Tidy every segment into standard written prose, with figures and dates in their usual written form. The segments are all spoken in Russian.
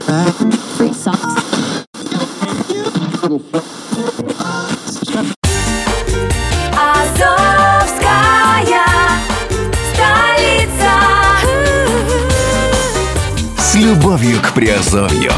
Азовская столица. С любовью к Приазовью.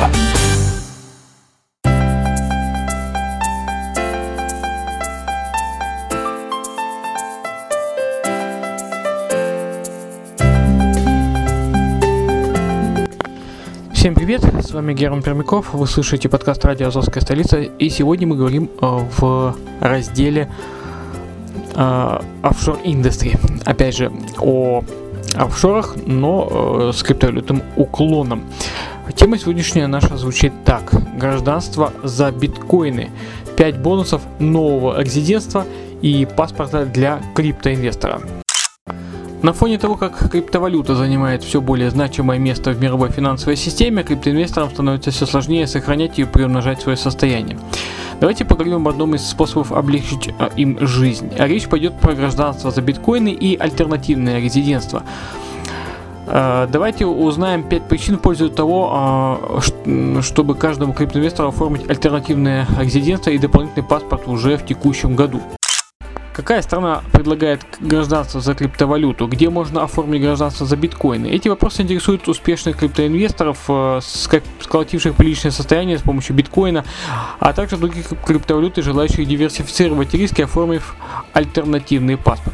Всем привет, с вами Герман Пермяков, вы слушаете подкаст радио «Азовская столица», и сегодня мы говорим в разделе Offshore Industry, опять же о офшорах, но с криптовалютным уклоном. Тема сегодняшняя наша звучит так: гражданство за биткоины, 5 бонусов нового резидентства и паспорта для криптоинвестора. На фоне того, как криптовалюта занимает все более значимое место в мировой финансовой системе, криптоинвесторам становится все сложнее сохранять и приумножать свое состояние. Давайте поговорим об одном из способов облегчить им жизнь. Речь пойдет про гражданство за биткоины и альтернативное резидентство. Давайте узнаем 5 причин в пользу того, чтобы каждому криптоинвестору оформить альтернативное резидентство и дополнительный паспорт уже в текущем году. Какая страна предлагает гражданство за криптовалюту? Где можно оформить гражданство за биткоины? Эти вопросы интересуют успешных криптоинвесторов, сколотивших приличное состояние с помощью биткоина, а также других криптовалют, желающих диверсифицировать риски, оформив альтернативный паспорт.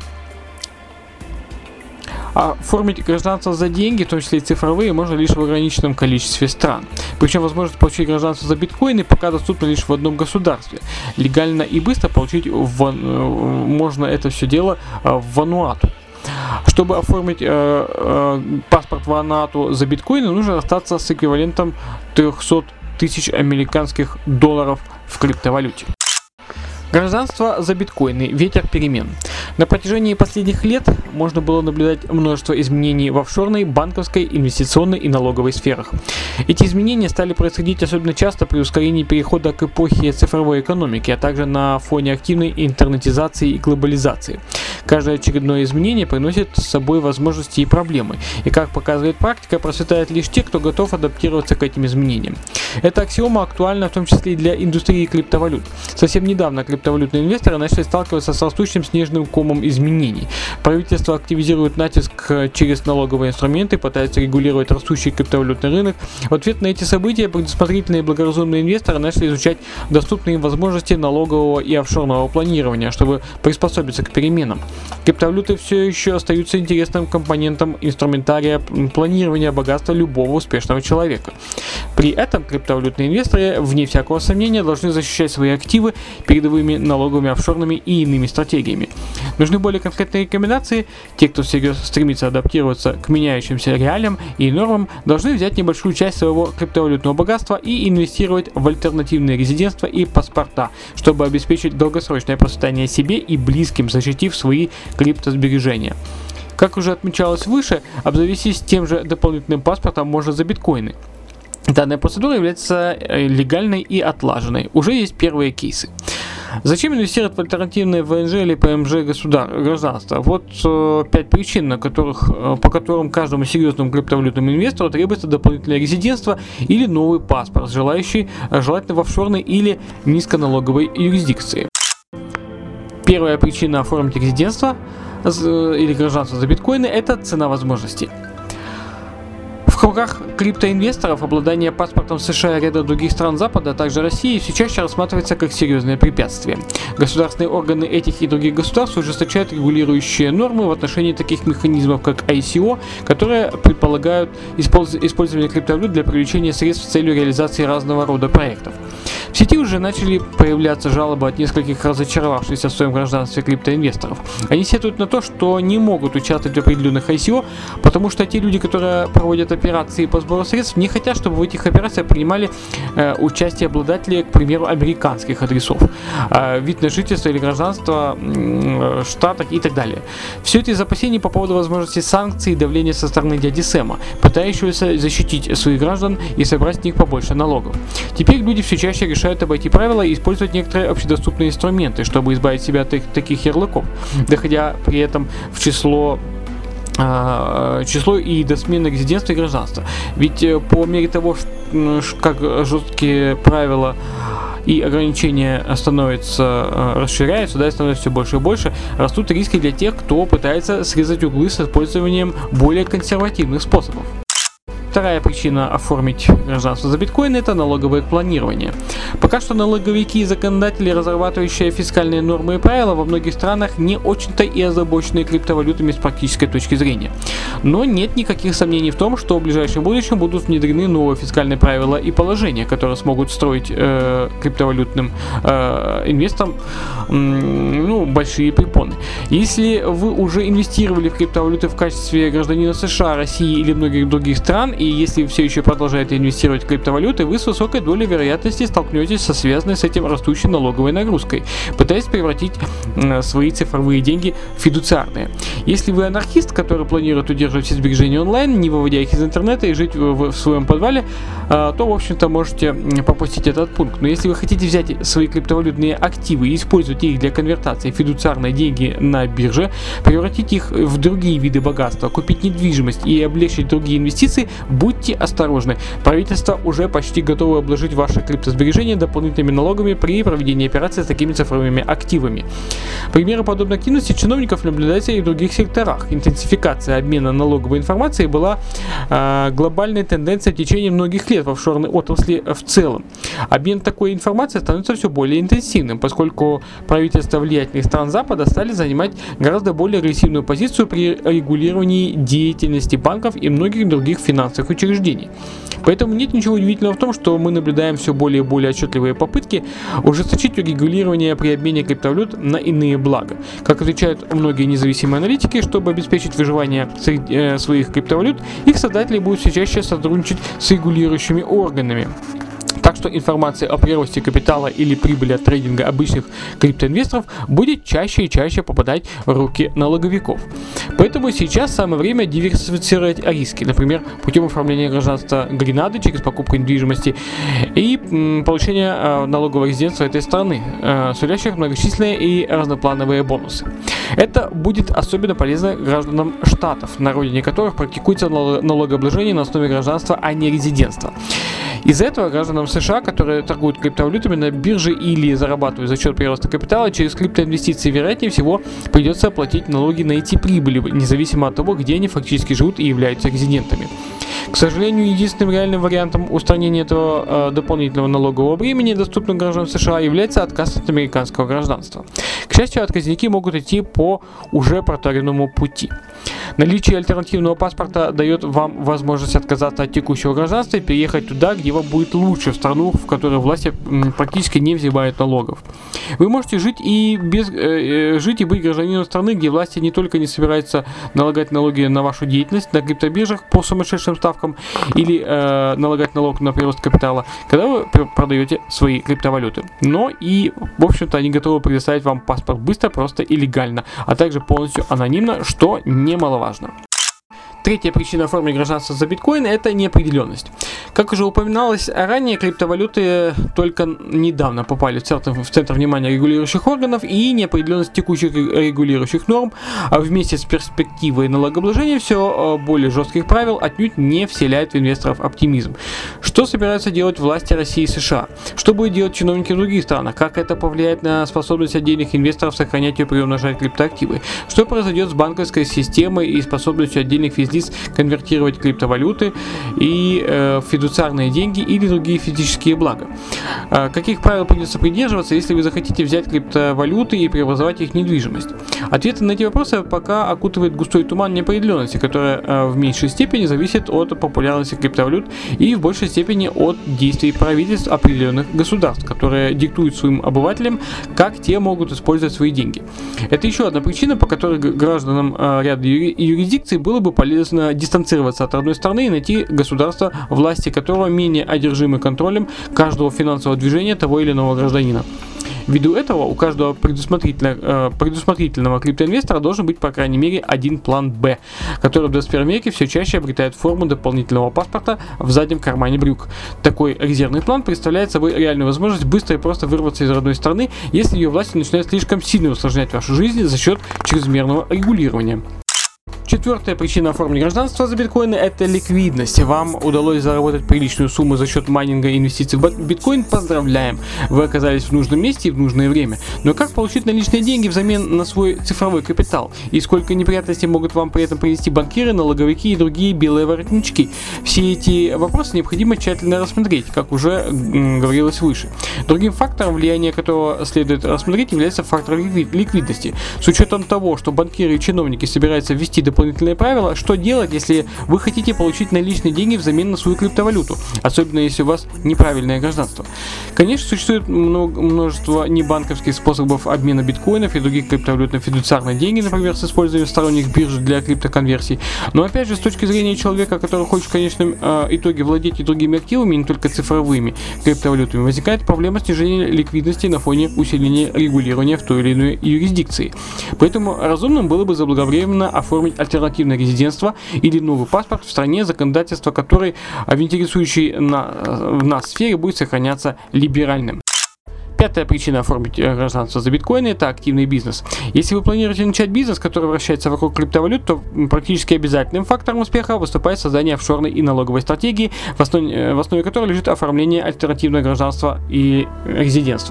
Оформить гражданство за деньги, в том числе и цифровые, можно лишь в ограниченном количестве стран. Причем возможность получить гражданство за биткоины пока доступна лишь в одном государстве. Легально и быстро получить можно это все дело в Вануату. Чтобы оформить паспорт Вануату за биткоины, нужно расстаться с эквивалентом 300 тысяч американских долларов в криптовалюте. Гражданство за биткоины. Ветер перемен. На протяжении последних лет можно было наблюдать множество изменений в офшорной, банковской, инвестиционной и налоговой сферах. Эти изменения стали происходить особенно часто при ускорении перехода к эпохе цифровой экономики, а также на фоне активной интернетизации и глобализации. Каждое очередное изменение приносит с собой возможности и проблемы, и, как показывает практика, процветают лишь те, кто готов адаптироваться к этим изменениям. Эта аксиома актуальна в том числе и для индустрии криптовалют. Совсем недавно криптовалютные инвесторы начали сталкиваться с растущим снежным комом изменений. Правительство активизирует натиск через налоговые инструменты, пытается регулировать растущий криптовалютный рынок. В ответ на эти события предусмотрительные и благоразумные инвесторы начали изучать доступные им возможности налогового и офшорного планирования, чтобы приспособиться к переменам. Криптовалюты все еще остаются интересным компонентом инструментария планирования богатства любого успешного человека. При этом криптовалютные инвесторы, вне всякого сомнения, должны защищать свои активы передовыми налоговыми, офшорными и иными стратегиями. Нужны более конкретные рекомендации. Те, кто всерьез стремится адаптироваться к меняющимся реалиям и нормам, должны взять небольшую часть своего криптовалютного богатства и инвестировать в альтернативные резидентства и паспорта, чтобы обеспечить долгосрочное процветание себе и близким, защитив свои криптосбережения. Как уже отмечалось выше, обзавестись тем же дополнительным паспортом можно за биткоины. Данная процедура является легальной и отлаженной. Уже есть первые кейсы. Зачем инвестировать в альтернативные ВНЖ или ПМЖ гражданства? Вот 5 причин, по которым каждому серьезному криптовалютному инвестору требуется дополнительное резидентство или новый паспорт, желательно в офшорной или низконалоговой юрисдикции. Первая причина оформить резидентство или гражданство за биткоины – это цена возможностей. В кругах криптоинвесторов обладание паспортом США и ряда других стран Запада, а также России, все чаще рассматривается как серьезное препятствие. Государственные органы этих и других государств ужесточают регулирующие нормы в отношении таких механизмов, как ICO, которые предполагают использование криптовалют для привлечения средств с целью реализации разного рода проектов. В сети уже начали появляться жалобы от нескольких разочаровавшихся в своем гражданстве криптоинвесторов. Они сетуют на то, что не могут участвовать в определенных ICO, потому что те люди, которые проводят операции по сбору средств, не хотят, чтобы в этих операциях принимали участие обладатели, к примеру, американских адресов, вид на жительство или гражданство штатах и так далее. Все это из опасений по поводу возможности санкций и давления со стороны дяди Сэма, пытающегося защитить своих граждан и собрать с них побольше налогов. Теперь люди все чаще решают обойти правила и использовать некоторые общедоступные инструменты, чтобы избавить себя от таких ярлыков, доходя при этом в число число и до смены резидентства и гражданства. Ведь по мере того, как жесткие правила и ограничения расширяются, да, и становятся все больше и больше, растут риски для тех, кто пытается срезать углы с использованием более консервативных способов. Вторая причина оформить гражданство за биткоин – это налоговое планирование. Пока что налоговики и законодатели, разрабатывающие фискальные нормы и правила, во многих странах не очень-то и озабочены криптовалютами с практической точки зрения. Но нет никаких сомнений в том, что в ближайшем будущем будут внедрены новые фискальные правила и положения, которые смогут строить криптовалютным инвесторам большие препоны. Если вы уже инвестировали в криптовалюты в качестве гражданина США, России или многих других стран, и если вы все еще продолжаете инвестировать в криптовалюты, вы с высокой долей вероятности столкнетесь со связанной с этим растущей налоговой нагрузкой, пытаясь превратить свои цифровые деньги в фидуциарные. Если вы анархист, который планирует удерживать все сбережения онлайн, не выводя их из интернета и жить в своем подвале, то, в общем-то, можете пропустить этот пункт. Но если вы хотите взять свои криптовалютные активы и использовать их для конвертации в фидуциарные деньги на бирже, превратить их в другие виды богатства, купить недвижимость и облегчить другие инвестиции, будьте осторожны. Правительство уже почти готово обложить ваши криптобережения дополнительными налогами при проведении операций с такими цифровыми активами. Примеры подобной активности чиновников наблюдается и в других секторах. Интенсификация обмена налоговой информацией была глобальной тенденцией в течение многих лет в офшорной отрасли в целом. Обмен такой информацией становится все более интенсивным, поскольку правительства влиятельных стран Запада стали занимать гораздо более агрессивную позицию при регулировании деятельности банков и многих других финансовых учреждений. Поэтому нет ничего удивительного в том, что мы наблюдаем все более и более отчетливые попытки ужесточить регулирование при обмене криптовалют на иные блага. Как отвечают многие независимые аналитики, чтобы обеспечить выживание своих криптовалют, их создатели будут все чаще сотрудничать с регулирующими органами. Так что информация о приросте капитала или прибыли от трейдинга обычных криптоинвесторов будет чаще и чаще попадать в руки налоговиков. Поэтому сейчас самое время диверсифицировать риски, например, путем оформления гражданства Гренады через покупку недвижимости и получения налогового резидентства этой страны, сулящих многочисленные и разноплановые бонусы. Это будет особенно полезно гражданам штатов, на родине которых практикуется налогообложение на основе гражданства, а не резидентства. Из-за этого гражданам США, которые торгуют криптовалютами на бирже или зарабатывают за счет прироста капитала, через криптоинвестиции, вероятнее всего, придется платить налоги на эти прибыли, независимо от того, где они фактически живут и являются резидентами. К сожалению, единственным реальным вариантом устранения этого дополнительного налогового бремени, доступного гражданам США, является отказ от американского гражданства. К счастью, отказники могут идти по уже проторенному пути. Наличие альтернативного паспорта дает вам возможность отказаться от текущего гражданства и переехать туда, где вам будет лучше, в страну, в которой власти практически не взимают налогов. Вы можете жить и быть гражданином страны, где власти не только не собираются налагать налоги на вашу деятельность на криптобиржах по сумасшедшим ставкам или налагать налог на прирост капитала, когда вы продаете свои криптовалюты, но и, в общем-то, они готовы предоставить вам паспорт быстро, просто и легально, а также полностью анонимно, что немаловажно. Третья причина оформления гражданства за биткоин – это неопределенность. Как уже упоминалось ранее, криптовалюты только недавно попали в центр внимания регулирующих органов, и неопределенность текущих регулирующих норм вместе с перспективой налогообложения все более жестких правил отнюдь не вселяет в инвесторов оптимизм. Что собираются делать власти России и США? Что будут делать чиновники в других странах? Как это повлияет на способность отдельных инвесторов сохранять и приумножать криптоактивы? Что произойдет с банковской системой и способностью отдельных физлиц конвертировать криптовалюты и фидуциарные деньги или другие физические блага? Каких правил придется придерживаться, если вы захотите взять криптовалюты и преобразовать их в недвижимость? Ответы на эти вопросы пока окутывает густой туман неопределенности, которая в меньшей степени зависит от популярности криптовалют и в большей степени от действий правительств определенных государств, которые диктуют своим обывателям, как те могут использовать свои деньги. Это еще одна причина, по которой гражданам ряда юрисдикций было бы полезно дистанцироваться от родной страны и найти государство, власти которого менее одержимы контролем каждого финансового движения того или иного гражданина. Ввиду этого у каждого предусмотрительного криптоинвестора должен быть, по крайней мере, один план Б, который в 21 веке все чаще обретает форму дополнительного паспорта в заднем кармане брюк. Такой резервный план представляет собой реальную возможность быстро и просто вырваться из родной страны, если ее власти начинают слишком сильно усложнять вашу жизнь за счет чрезмерного регулирования. Четвертая причина оформления гражданства за биткоины – это ликвидность. Вам удалось заработать приличную сумму за счет майнинга и инвестиций в биткоин. Поздравляем! Вы оказались в нужном месте и в нужное время. Но как получить наличные деньги взамен на свой цифровой капитал? И сколько неприятностей могут вам при этом принести банкиры, налоговики и другие белые воротнички? Все эти вопросы необходимо тщательно рассмотреть, как уже говорилось выше. Другим фактором, влияние которого следует рассмотреть, является фактор ликвидности. С учетом того, что банкиры и чиновники собираются ввести дополнительные правила, что делать, если вы хотите получить наличные деньги взамен на свою криптовалюту, особенно если у вас неправильное гражданство? Конечно, существует множество небанковских способов обмена биткоинов и других криптовалют на фидуциарные деньги, например, с использованием сторонних бирж для криптоконверсий. Но опять же, с точки зрения человека, который хочет в конечном итоге владеть и другими активами, не только цифровыми криптовалютами, возникает проблема снижения ликвидности на фоне усиления регулирования в той или иной юрисдикции. Поэтому разумным было бы заблаговременно оформить альтернативное резидентство или новый паспорт в стране, законодательство которой в интересующей нас сфере будет сохраняться либеральным. Пятая причина оформить гражданство за биткоины – это активный бизнес. Если вы планируете начать бизнес, который вращается вокруг криптовалют, то практически обязательным фактором успеха выступает создание офшорной и налоговой стратегии, в основе которой лежит оформление альтернативного гражданства и резидентства.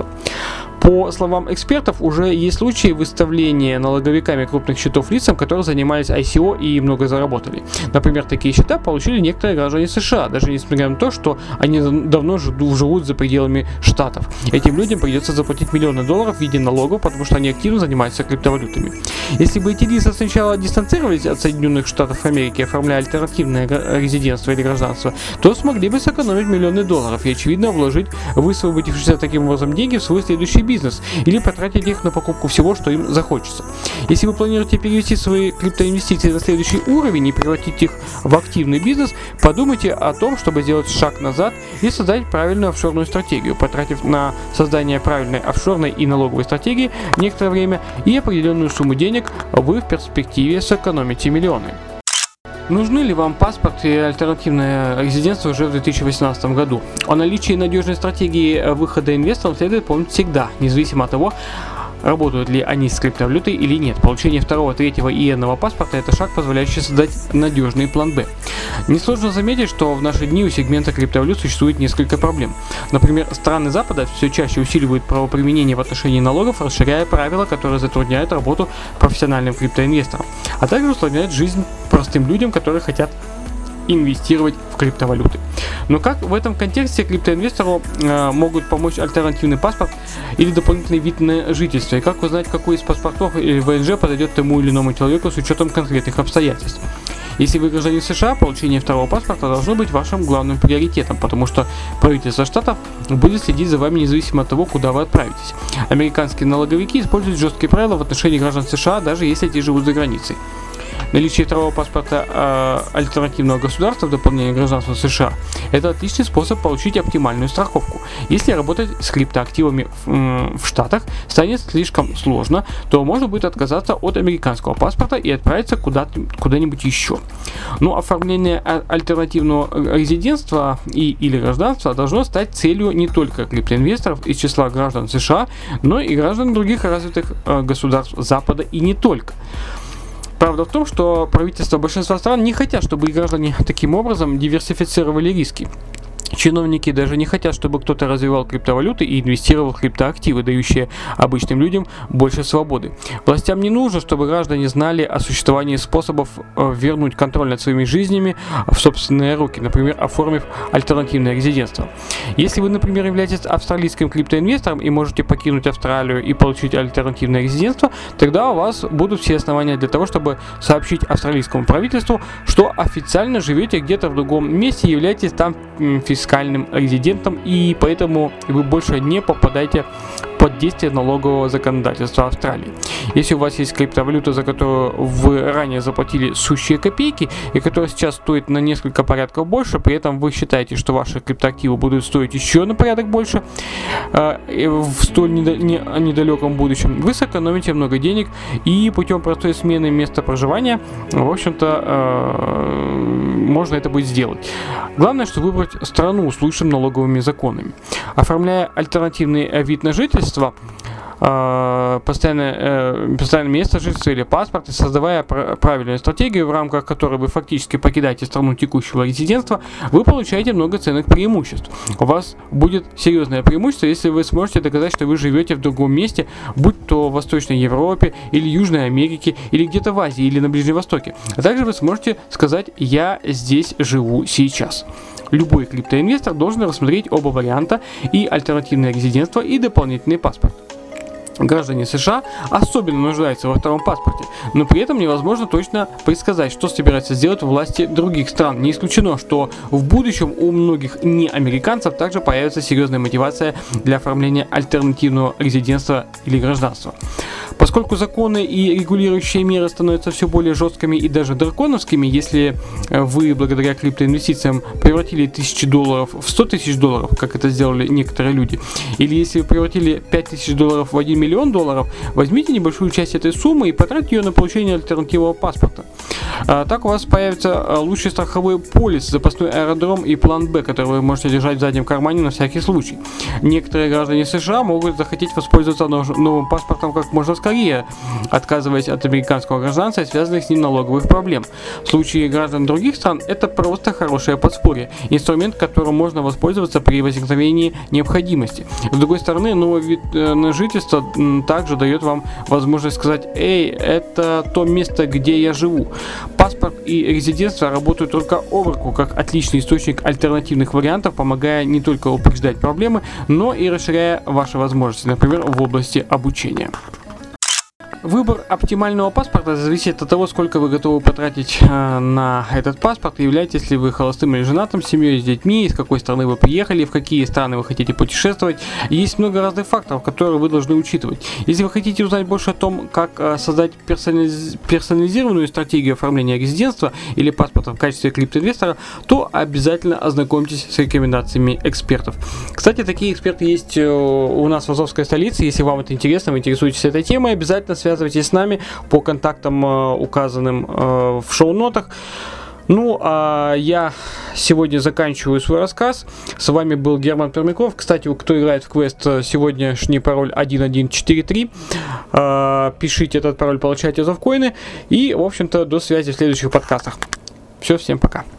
По словам экспертов, уже есть случаи выставления налоговиками крупных счетов лицам, которые занимались ICO и много заработали. Например, такие счета получили некоторые граждане США, даже несмотря на то, что они давно живут за пределами штатов. Этим людям придется заплатить миллионы долларов в виде налогов, потому что они активно занимаются криптовалютами. Если бы эти лица сначала дистанцировались от Соединенных Штатов Америки, оформляя альтернативное резидентство или гражданство, то смогли бы сэкономить миллионы долларов и, очевидно, вложить высвободившиеся таким образом деньги в свой следующий бизнес или потратить их на покупку всего, что им захочется. Если вы планируете перевести свои криптоинвестиции на следующий уровень и превратить их в активный бизнес, подумайте о том, чтобы сделать шаг назад и создать правильную офшорную стратегию, потратив на создание правильной офшорной и налоговой стратегии некоторое время и определенную сумму денег, вы в перспективе сэкономите миллионы. Нужны ли вам паспорт и альтернативное резидентство уже в 2018 году? О наличии надежной стратегии выхода инвесторам следует помнить всегда, независимо от того, работают ли они с криптовалютой или нет. Получение второго, третьего и n-ного паспорта – это шаг, позволяющий создать надежный план Б. Несложно заметить, что в наши дни у сегмента криптовалют существует несколько проблем. Например, страны Запада все чаще усиливают правоприменение в отношении налогов, расширяя правила, которые затрудняют работу профессиональным криптоинвесторам, а также усложняют жизнь простым людям, которые хотят инвестировать в криптовалюты. Но как в этом контексте криптоинвестору могут помочь альтернативный паспорт или дополнительный вид на жительство? И как узнать, какой из паспортов или ВНЖ подойдет тому или иному человеку с учетом конкретных обстоятельств? Если вы гражданин США, получение второго паспорта должно быть вашим главным приоритетом, потому что правительство штатов будет следить за вами независимо от того, куда вы отправитесь. Американские налоговики используют жесткие правила в отношении граждан США, даже если те живут за границей. Наличие второго паспорта альтернативного государства в дополнение к гражданству США – это отличный способ получить оптимальную страховку. Если работать с криптоактивами в Штатах станет слишком сложно, то можно будет отказаться от американского паспорта и отправиться куда-нибудь еще. Но оформление альтернативного резидентства или гражданства должно стать целью не только криптоинвесторов из числа граждан США, но и граждан других развитых государств Запада и не только. Правда в том, что правительства большинства стран не хотят, чтобы их граждане таким образом диверсифицировали риски. Чиновники даже не хотят, чтобы кто-то развивал криптовалюты и инвестировал в криптоактивы, дающие обычным людям больше свободы. Властям не нужно, чтобы граждане знали о существовании способов вернуть контроль над своими жизнями в собственные руки, например, оформив альтернативное резидентство. Если вы, например, являетесь австралийским криптоинвестором и можете покинуть Австралию и получить альтернативное резидентство, тогда у вас будут все основания для того, чтобы сообщить австралийскому правительству, что официально живете где-то в другом месте и являетесь там фискальным резидентом, и поэтому вы больше не попадаете под действие налогового законодательства Австралии. Если у вас есть криптовалюта, за которую вы ранее заплатили сущие копейки и которая сейчас стоит на несколько порядков больше, при этом вы считаете, что ваши криптоактивы будут стоить еще на порядок больше в столь недалеком будущем, вы сэкономите много денег и путем простой смены места проживания, в общем-то, можно это будет сделать. Главное, что выбрать страну с лучшими налоговыми законами. Оформляя альтернативный вид на жительство, постоянное место жительства или паспорт, и создавая правильную стратегию, в рамках которой вы фактически покидаете страну текущего резидентства, вы получаете много ценных преимуществ. У вас будет серьезное преимущество, если вы сможете доказать, что вы живете в другом месте, будь то в Восточной Европе, или Южной Америке, или где-то в Азии, или на Ближнем Востоке. А также вы сможете сказать: «Я здесь живу сейчас». Любой криптоинвестор должен рассмотреть оба варианта: и альтернативное резидентство, и дополнительный паспорт. Граждане США особенно нуждаются во втором паспорте, но при этом невозможно точно предсказать, что собираются сделать власти других стран. Не исключено, что в будущем у многих неамериканцев также появится серьезная мотивация для оформления альтернативного резидентства или гражданства. Поскольку законы и регулирующие меры становятся все более жесткими и даже драконовскими, если вы благодаря криптоинвестициям превратили $1000 в $100 000, как это сделали некоторые люди, или если вы превратили $5000 в $1 миллион, возьмите небольшую часть этой суммы и потратьте ее на получение альтернативного паспорта. Так у вас появится лучший страховой полис, запасной аэродром и план Б, который вы можете держать в заднем кармане на всякий случай. Некоторые граждане США могут захотеть воспользоваться новым паспортом как можно скорее, отказываясь от американского гражданства и связанных с ним налоговых проблем. В случае граждан других стран это просто хорошее подспорье, инструмент, которым можно воспользоваться при возникновении необходимости. С другой стороны, новый вид на жительство также дает вам возможность сказать: «Эй, это то место, где я живу». Паспорт и резидентство работают рука об руку как отличный источник альтернативных вариантов, помогая не только упреждать проблемы, но и расширяя ваши возможности, например, в области обучения. Выбор оптимального паспорта зависит от того, сколько вы готовы потратить на этот паспорт, являетесь ли вы холостым или женатым, с семьей, с детьми, из какой страны вы приехали, в какие страны вы хотите путешествовать. Есть много разных факторов, которые вы должны учитывать. Если вы хотите узнать больше о том, как создать персонализированную стратегию оформления резидентства или паспорта в качестве криптоинвестора, то обязательно ознакомьтесь с рекомендациями экспертов. Кстати, такие эксперты есть у нас в Азовской столице. Если вам это интересно, вы интересуетесь этой темой, обязательно связывайтесь с нами по контактам, указанным в шоу-нотах. Ну, а я сегодня заканчиваю свой рассказ. С вами был Герман Пермяков. Кстати, кто играет в квест, сегодняшний пароль 1143. Пишите этот пароль, получайте азовкоины. И, в общем-то, до связи в следующих подкастах. Все, всем пока.